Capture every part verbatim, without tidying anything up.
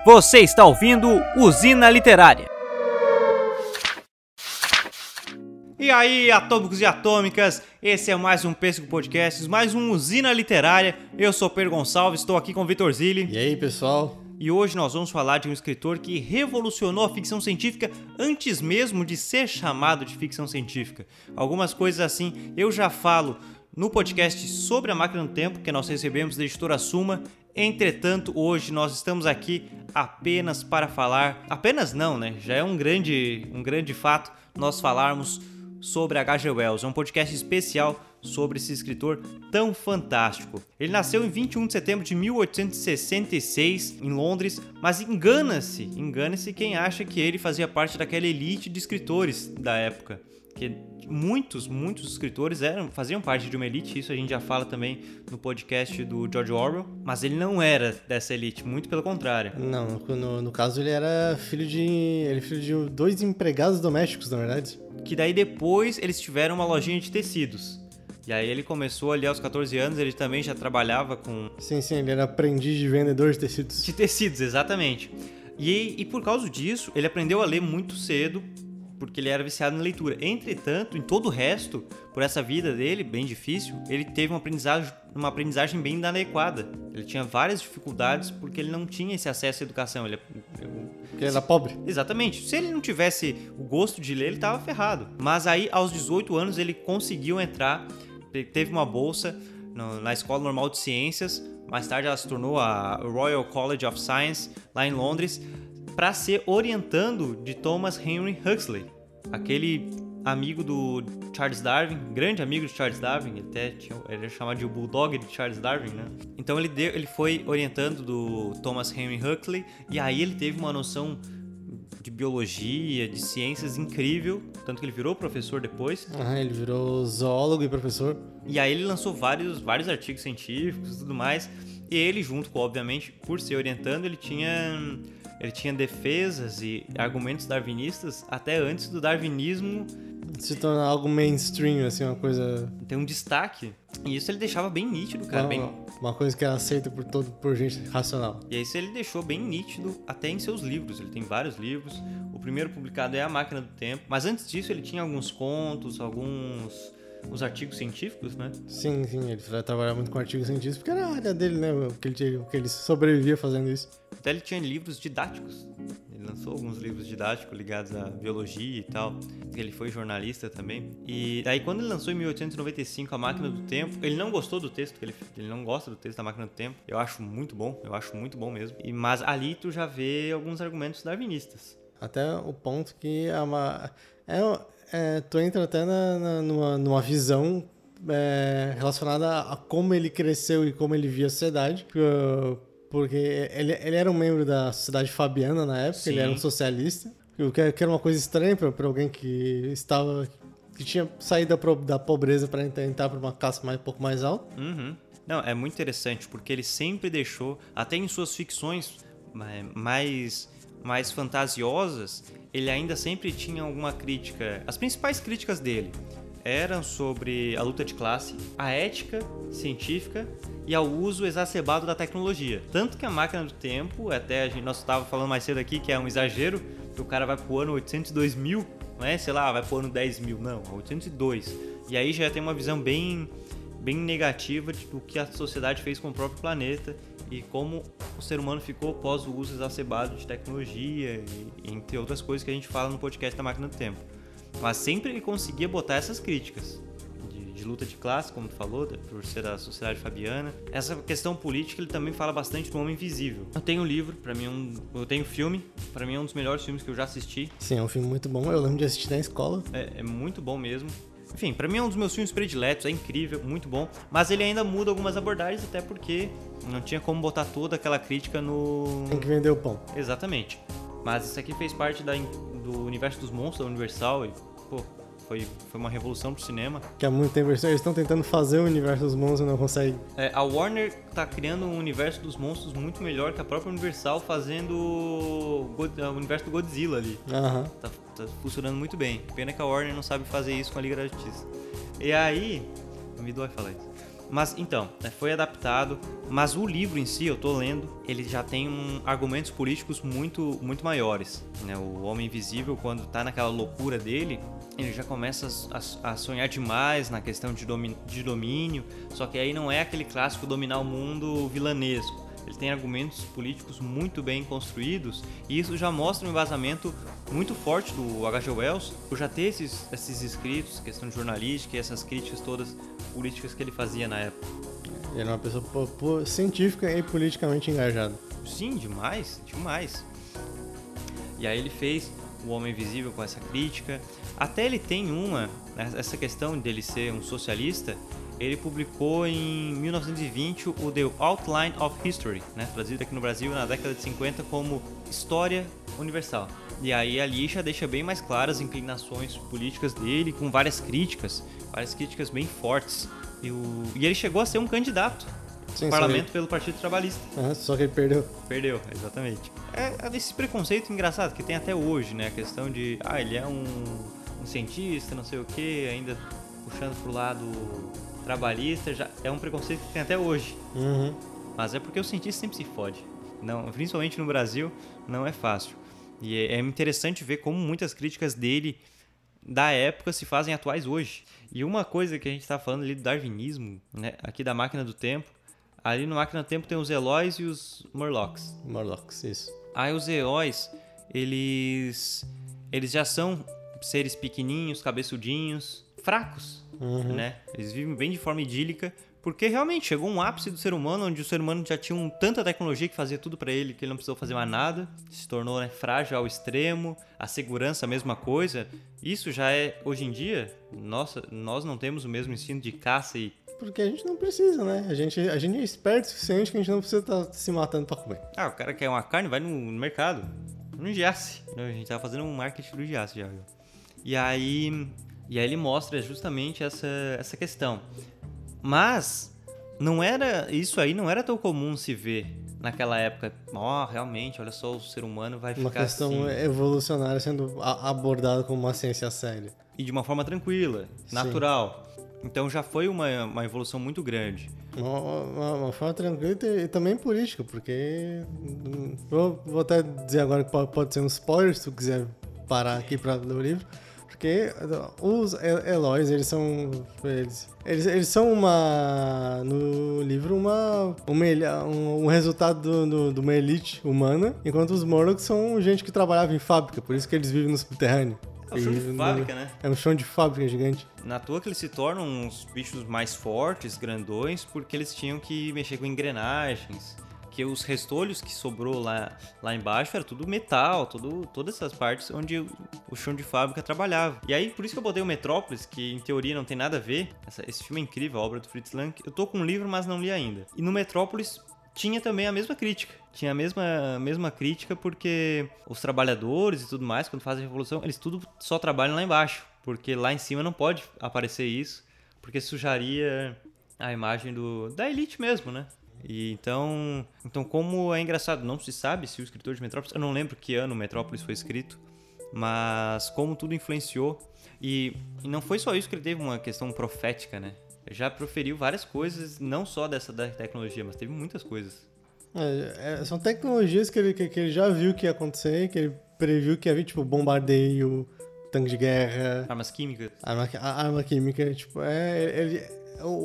Você está ouvindo Usina Literária. E aí, atômicos e atômicas, esse é mais um Pêssego Podcasts, mais um Usina Literária. Eu sou Pedro Gonçalves, estou aqui com o Vitor Zilli. E aí, pessoal? E hoje nós vamos falar de um escritor que revolucionou a ficção científica antes mesmo de ser chamado de ficção científica. Algumas coisas assim eu já falo no podcast sobre A Máquina do Tempo, que nós recebemos da editora Suma. Entretanto, hoje nós estamos aqui apenas para falar... Apenas não, né? Já é um grande, um grande fato nós falarmos sobre H G Wells. É um podcast especial sobre esse escritor tão fantástico. Ele nasceu em vinte e um de setembro de mil oitocentos e sessenta e seis, em Londres, mas engana-se, engana-se quem acha que ele fazia parte daquela elite de escritores da época. Que muitos, muitos escritores eram, faziam parte de uma elite, isso a gente já fala também no podcast do George Orwell, mas ele não era dessa elite, muito pelo contrário. Não, no, no caso ele era filho de, ele é filho de dois empregados domésticos, na verdade. Que daí depois eles tiveram uma lojinha de tecidos. E aí ele começou ali aos catorze anos, ele também já trabalhava com... Sim, sim, ele era aprendiz de vendedor de tecidos. De tecidos, exatamente. E, e por causa disso, ele aprendeu a ler muito cedo, porque ele era viciado na leitura. Entretanto, em todo o resto, por essa vida dele, bem difícil, ele teve uma aprendizagem, uma aprendizagem bem inadequada. Ele tinha várias dificuldades porque ele não tinha esse acesso à educação. Ele, porque ele era pobre. Exatamente. Se ele não tivesse o gosto de ler, ele estava ferrado. Mas aí, aos dezoito anos, ele conseguiu entrar, teve uma bolsa no, na Escola Normal de Ciências. Mais tarde, ela se tornou a Royal College of Science, lá em Londres, para ser orientando de Thomas Henry Huxley, aquele amigo do Charles Darwin, grande amigo de Charles Darwin, ele até tinha, ele era chamado de o Bulldog de Charles Darwin, né? Então ele, deu, ele foi orientando do Thomas Henry Huxley, e aí ele teve uma noção de biologia, de ciências incrível, tanto que ele virou professor depois. Ah, ele virou zoólogo e professor. E aí ele lançou vários, vários artigos científicos e tudo mais, e ele junto com, obviamente, por ser orientando, ele tinha... Ele tinha defesas e argumentos darwinistas até antes do darwinismo se tornar algo mainstream, assim, uma coisa... Tem um destaque. E isso ele deixava bem nítido, cara. Uma, bem... uma coisa que é aceita por, todo, por gente racional. E isso ele deixou bem nítido até em seus livros. Ele tem vários livros. O primeiro publicado é A Máquina do Tempo. Mas antes disso ele tinha alguns contos, alguns... os artigos científicos, né? Sim, sim. Ele trabalhava muito com artigos científicos porque era a área dele, né? O que ele, o que ele sobrevivia fazendo isso. Até ele tinha livros didáticos. Ele lançou alguns livros didáticos ligados à biologia e tal. Ele foi jornalista também. E aí quando ele lançou em mil oitocentos e noventa e cinco A Máquina do Tempo, ele não gostou do texto, ele, ele não gosta do texto da Máquina do Tempo. Eu acho muito bom, eu acho muito bom mesmo. E, mas ali tu já vê alguns argumentos darwinistas. Até o ponto que é uma... É, é, tu entra até na, na, numa, numa visão é, relacionada a como ele cresceu e como ele via a sociedade. Porque ele, ele era um membro da Sociedade Fabiana na época, Sim. Ele era um socialista. O que era uma coisa estranha para alguém que estava... que tinha saído da, da pobreza para entrar para uma classe mais, um pouco mais alta. Uhum. Não, é muito interessante, porque ele sempre deixou, até em suas ficções mais... mais fantasiosas, ele ainda sempre tinha alguma crítica. As principais críticas dele eram sobre a luta de classe, a ética científica e ao uso exacerbado da tecnologia. Tanto que A Máquina do Tempo, até a gente, nós estávamos falando mais cedo aqui, que é um exagero, que o cara vai pro ano oitocentos e dois mil, não é, sei lá, vai pro ano dez mil, não, oitocentos e dois. E aí já tem uma visão bem, bem negativa do que a sociedade fez com o próprio planeta e como o ser humano ficou após o uso exacerbado de tecnologia, e, entre outras coisas que a gente fala no podcast da Máquina do Tempo. Mas sempre ele conseguia botar essas críticas de, de luta de classe, como tu falou, por ser da Sociedade Fabiana. Essa questão política ele também fala bastante do Homem Invisível. Eu tenho um livro, pra mim é um, eu tenho filme, pra mim é um dos melhores filmes que eu já assisti. Sim, é um filme muito bom, eu lembro de assistir na escola. É, é muito bom mesmo. Enfim, pra mim é um dos meus filmes prediletos, é incrível, muito bom, mas ele ainda muda algumas abordagens, até porque não tinha como botar toda aquela crítica no... Tem que vender o pão. Exatamente. Mas isso aqui fez parte da, do universo dos monstros da Universal e, pô, foi, foi uma revolução pro cinema. Que há muito tempo eles estão tentando fazer o universo dos monstros e não conseguem. É, a Warner tá criando um universo dos monstros muito melhor que a própria Universal fazendo o, o universo do Godzilla ali. Aham. Tá, tá funcionando muito bem. Pena que a Warner não sabe fazer isso com a Liga da Justiça. E aí... Não me dói falar isso. Mas, então, né, foi adaptado, mas o livro em si, eu tô lendo, ele já tem um, argumentos políticos muito, muito maiores, né? O Homem Invisível, quando tá naquela loucura dele, ele já começa a, a sonhar demais na questão de, domi, de domínio, só que aí não é aquele clássico dominar o mundo vilanesco. Ele tem argumentos políticos muito bem construídos e isso já mostra um embasamento muito forte do H G Wells por já ter esses, esses escritos, questão de jornalística e essas críticas todas políticas que ele fazia na época. Ele era uma pessoa po- po- científica e politicamente engajada. Sim, demais, demais. E aí ele fez O Homem Invisível com essa crítica. Até ele tem uma, essa questão dele ser um socialista, ele publicou em mil novecentos e vinte o The Outline of History, né, traduzido aqui no Brasil na década de cinquenta como História Universal. E aí ali já deixa bem mais claras as inclinações políticas dele, com várias críticas, várias críticas bem fortes. E, o... e ele chegou a ser um candidato Sim, ao parlamento que... pelo Partido Trabalhista. Uhum, só que ele perdeu. Perdeu, exatamente. É, é esse preconceito engraçado que tem até hoje, né? A questão de, ah, ele é um, um cientista, não sei o quê, ainda puxando pro lado trabalhista, já é um preconceito que tem até hoje. Uhum. Mas é porque o cientista sempre se fode. Não, principalmente no Brasil, não é fácil. E é, é interessante ver como muitas críticas dele da época se fazem atuais hoje. E uma coisa que a gente está falando ali do darwinismo, né, aqui da Máquina do Tempo, ali no Máquina do Tempo tem os Eloys e os Morlocks. Morlocks, isso. Aí os Eloys, eles, eles já são seres pequenininhos, cabeçudinhos, fracos, uhum. né? Eles vivem bem de forma idílica, porque realmente chegou um ápice do ser humano, onde o ser humano já tinha um, tanta tecnologia que fazia tudo para ele, que ele não precisou fazer mais nada, se tornou, né, frágil ao extremo, a segurança a mesma coisa. Isso já é, hoje em dia, nossa, nós não temos o mesmo instinto de caça e... Porque a gente não precisa, né? A gente, a gente é esperto o suficiente que a gente não precisa estar tá se matando pra comer. Ah, o cara quer uma carne, vai no, no mercado, no Giasse. A gente tava fazendo um marketing do Giasse já. E aí, e aí ele mostra justamente essa, essa questão. Mas não era, isso aí não era tão comum se ver naquela época. Ó, oh, realmente, olha só, o ser humano vai uma ficar assim. Uma questão evolucionária sendo abordada como uma ciência séria. E de uma forma tranquila, Sim. natural. Então já foi uma, uma evolução muito grande. Uma, uma, uma forma tranquila e também política, porque... Vou, vou até dizer agora que pode, pode ser um spoiler, se tu quiser parar aqui para ler o livro. Porque os Eloys, eles são... Eles, eles, eles são uma... No livro, uma, uma um, um resultado do, do, de uma elite humana, enquanto os Morlocks são gente que trabalhava em fábrica, por isso que eles vivem no subterrâneo. É um chão de fábrica, né? É um chão de fábrica gigante. Na toa que eles se tornam uns bichos mais fortes, grandões, porque eles tinham que mexer com engrenagens. Que os restolhos que sobrou lá, lá embaixo era tudo metal, tudo, todas essas partes onde o, o chão de fábrica trabalhava. E aí, por isso que eu botei o Metrópolis, que em teoria não tem nada a ver. Essa, esse filme é incrível, a obra do Fritz Lang. Eu tô com um livro, mas não li ainda. E no Metrópolis tinha também a mesma crítica. Tinha a mesma, a mesma crítica porque os trabalhadores e tudo mais, quando fazem a revolução, eles tudo só trabalham lá embaixo. Porque lá em cima não pode aparecer isso, porque sujaria a imagem do, da elite mesmo, né? E então, então, como é engraçado, não se sabe se o escritor de Metrópolis... Eu não lembro que ano Metrópolis foi escrito, mas como tudo influenciou. E, e não foi só isso que ele teve uma questão profética, né? Ele já proferiu várias coisas, não só dessa da tecnologia, mas teve muitas coisas. É, é, são tecnologias que ele, que, que ele já viu que ia acontecer, que ele previu que ia vir, tipo, bombardeio, tanque de guerra... Armas químicas. Arma, arma química, tipo, é... Ele,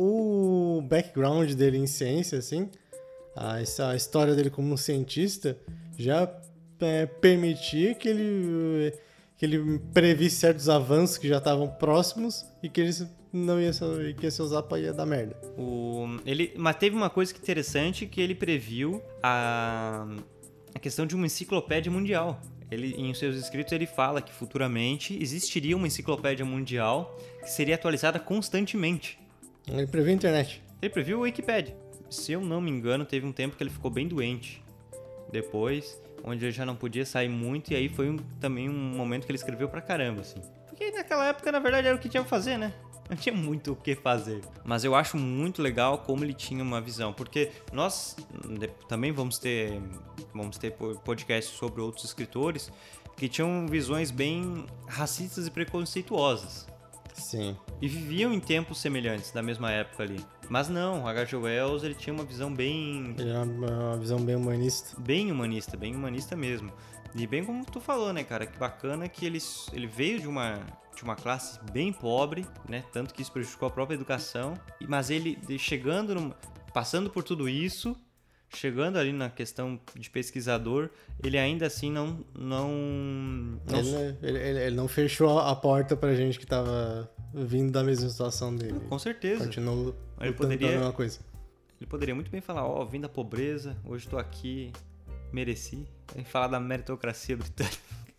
o background dele em ciência, assim, a, a história dele como um cientista, já é, permitia que ele, que ele previsse certos avanços que já estavam próximos e que eles não ia, que ia se usar pra ia dar merda. O, ele, mas teve uma coisa interessante que ele previu a, a questão de uma enciclopédia mundial. Ele, em seus escritos ele fala que futuramente existiria uma enciclopédia mundial que seria atualizada constantemente. Ele previu a internet. Ele previu o Wikipedia. Se eu não me engano, teve um tempo que ele ficou bem doente. Depois, onde ele já não podia sair muito, e aí foi um, também um momento que ele escreveu pra caramba, assim. Porque naquela época, na verdade, era o que tinha que fazer, né? Não tinha muito o que fazer. Mas eu acho muito legal como ele tinha uma visão. Porque nós também vamos ter, vamos ter podcasts sobre outros escritores que tinham visões bem racistas e preconceituosas. Sim. E viviam em tempos semelhantes, da mesma época ali. Mas não, o H G. Wells, ele tinha uma visão bem... Ele era uma visão bem humanista. Bem humanista, bem humanista mesmo. E bem como tu falou, né, cara? Que bacana que ele, ele veio de uma, de uma classe bem pobre, né? Tanto que isso prejudicou a própria educação. Mas ele, chegando, no, passando por tudo isso... Chegando ali na questão de pesquisador, ele ainda assim não... não, não... Ele, ele, ele não fechou a porta pra gente que tava vindo da mesma situação dele. Com certeza. Continuou ele poderia, a mesma coisa. Ele poderia muito bem falar, ó, oh, vim da pobreza, hoje tô aqui, mereci. E falar da meritocracia britânica.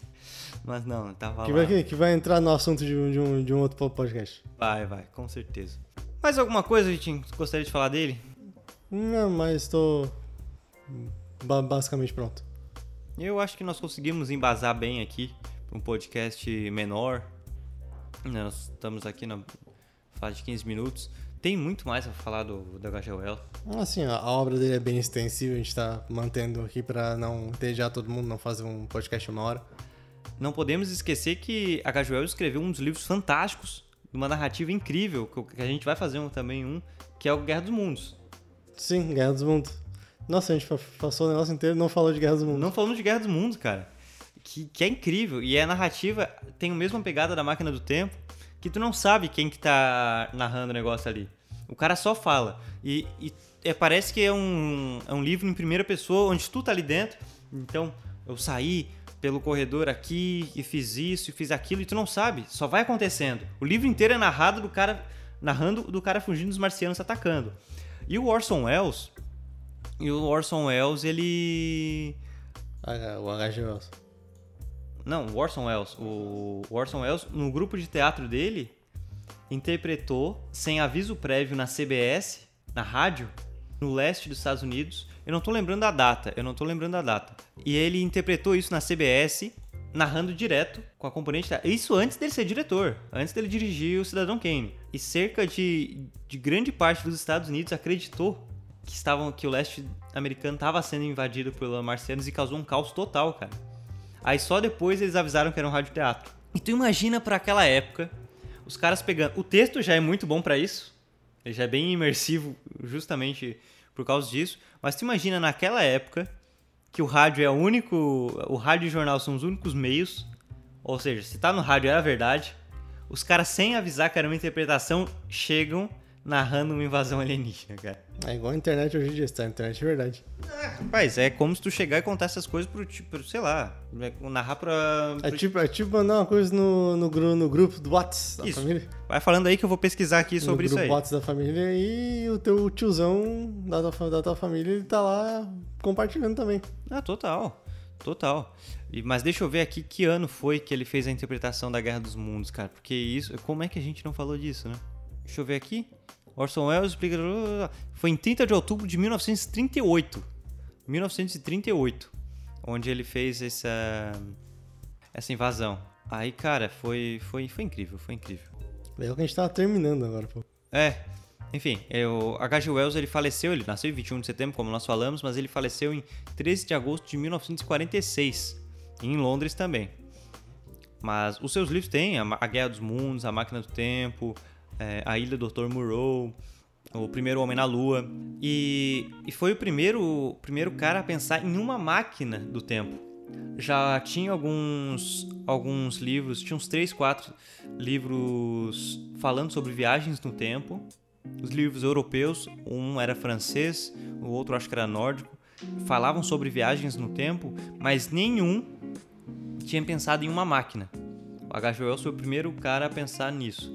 Mas não, tava que lá. Vai, que vai entrar no assunto de um, de, um, de um outro podcast. Vai, vai, com certeza. Mais alguma coisa, Vitinho, que você gostaria de falar dele? Não, mas tô... basicamente pronto. Eu acho que nós conseguimos embasar bem aqui para um podcast menor. Nós estamos aqui na fase de quinze minutos. Tem muito mais a falar do, do H G. Wells. Assim, a obra dele é bem extensiva. A gente está mantendo aqui para não entediar todo mundo, não fazer um podcast uma hora. Não podemos esquecer que H G. Wells escreveu um dos livros fantásticos, uma narrativa incrível, que a gente vai fazer um, também um, que é o Guerra dos Mundos. Sim, Guerra dos Mundos. Nossa, a gente passou o negócio inteiro e não falou de Guerra dos Mundos. Não falamos de Guerra dos Mundos, cara. Que, que é incrível. E a narrativa tem a mesma pegada da Máquina do Tempo, que tu não sabe quem que tá narrando o negócio ali. O cara só fala. E, e é, parece que é um, é um livro em primeira pessoa, onde tu tá ali dentro. Então, eu saí pelo corredor aqui e fiz isso e fiz aquilo, e tu não sabe. Só vai acontecendo. O livro inteiro é narrado do cara, narrando do cara fugindo dos marcianos atacando. E o Orson Welles... E o Orson Welles, ele... Ah, o H G. Wells. Não, o Orson Welles. O Orson Welles, no grupo de teatro dele, interpretou, sem aviso prévio na C B S, na rádio, no leste dos Estados Unidos. Eu não tô lembrando a data, eu não tô lembrando a data. E ele interpretou isso na C B S, narrando direto com a componente... Isso antes dele ser diretor, antes dele dirigir o Cidadão Kane. E cerca de, de grande parte dos Estados Unidos acreditou que, estavam, que o leste americano estava sendo invadido pelos marcianos e causou um caos total, cara. Aí só depois eles avisaram que era um radioteatro. E tu imagina pra aquela época, os caras pegando... O texto já é muito bom pra isso, ele já é bem imersivo justamente por causa disso, mas tu imagina naquela época que o rádio é o único... O rádio e o jornal são os únicos meios, ou seja, se tá no rádio era verdade, os caras sem avisar que era uma interpretação chegam... narrando uma invasão alienígena, cara. É igual a internet hoje em dia, tá? A internet é verdade. É, rapaz, é como se tu chegar e contar essas coisas pro, pro sei lá, narrar pra... É tipo, é tipo mandar uma coisa no, no, no grupo do WhatsApp da isso. família. Vai falando aí que eu vou pesquisar aqui sobre isso aí. No grupo WhatsApp da família e o teu tiozão da tua, da tua família, ele tá lá compartilhando também. Ah, total. Total. E, mas deixa eu ver aqui que ano foi que ele fez a interpretação da Guerra dos Mundos, cara. Porque isso... Como é que a gente não falou disso, né? Deixa eu ver aqui. Orson Welles explica... Foi em trinta de outubro de mil novecentos e trinta e oito. mil novecentos e trinta e oito. Onde ele fez essa... Essa invasão. Aí, cara, foi, foi, foi incrível. Foi incrível. Legal que a gente tava terminando agora, pô. É. Enfim, o H G. Wells, ele faleceu... Ele nasceu em vinte e um de setembro, como nós falamos, mas ele faleceu em treze de agosto de mil novecentos e quarenta e seis. Em Londres também. Mas os seus livros têm A Guerra dos Mundos, A Máquina do Tempo... É, A Ilha do doutor Moreau, O Primeiro Homem na Lua. E, e foi o primeiro, o primeiro cara a pensar em uma máquina do tempo. Já tinha alguns, alguns livros, tinha uns três, quatro livros falando sobre viagens no tempo. Os livros europeus, um era francês, o outro acho que era nórdico, falavam sobre viagens no tempo, mas nenhum tinha pensado em uma máquina. O H G. Wells foi o primeiro cara a pensar nisso.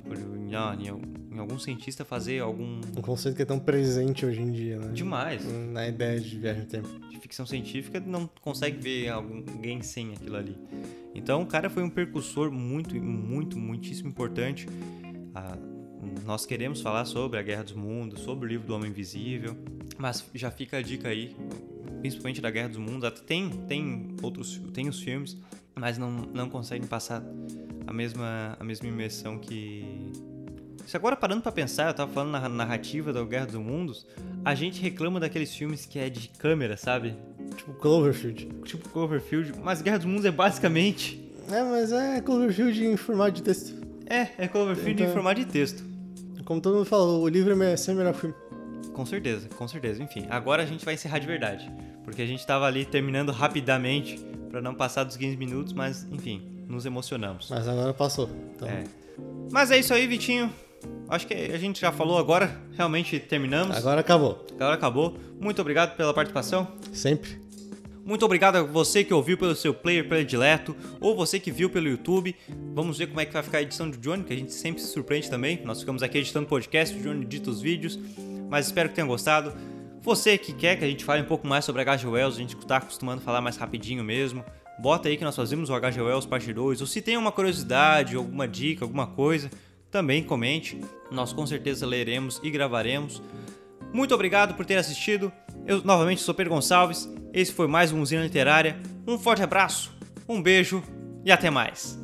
Em algum cientista fazer algum... Um conceito que é tão presente hoje em dia, né? Demais. Na ideia de viagem no tempo. De ficção científica, não consegue ver alguém sem aquilo ali. Então, o cara foi um precursor muito, muito, muitíssimo importante. Ah, nós queremos falar sobre a Guerra dos Mundos, sobre o livro do Homem Invisível, mas já fica a dica aí, principalmente da Guerra dos Mundos. Até tem, tem, outros, tem os filmes, mas não, não conseguem passar a mesma, a mesma imersão que... Se agora parando pra pensar, eu tava falando na narrativa da Guerra dos Mundos, a gente reclama daqueles filmes que é de câmera, sabe? Tipo Cloverfield. Tipo Cloverfield, mas Guerra dos Mundos é basicamente... É, mas é Cloverfield em formato de texto. É, é Cloverfield então, em formato de texto. Como todo mundo falou, o livro é sempre o melhor filme. Com certeza, com certeza. Enfim, agora a gente vai encerrar de verdade. Porque a gente tava ali terminando rapidamente pra não passar dos quinze minutos, mas enfim, nos emocionamos. Mas agora passou. Então... É. Mas é isso aí, Vitinho. Acho que a gente já falou agora, realmente terminamos. Agora acabou. Agora acabou. Muito obrigado pela participação. Sempre. Muito obrigado a você que ouviu pelo seu player predileto ou você que viu pelo YouTube. Vamos ver como é que vai ficar a edição do Johnny, que a gente sempre se surpreende também. Nós ficamos aqui editando podcast, o Johnny edita os vídeos, mas espero que tenham gostado. Você que quer que a gente fale um pouco mais sobre H G Wells, a gente está acostumando a falar mais rapidinho mesmo, bota aí que nós fazemos o H G Wells parte dois, ou se tem uma curiosidade, alguma dica, alguma coisa, também comente. Nós com certeza leremos e gravaremos. Muito obrigado por ter assistido. Eu novamente sou Pedro Gonçalves. Esse foi mais um Usina Literária. Um forte abraço, um beijo e até mais.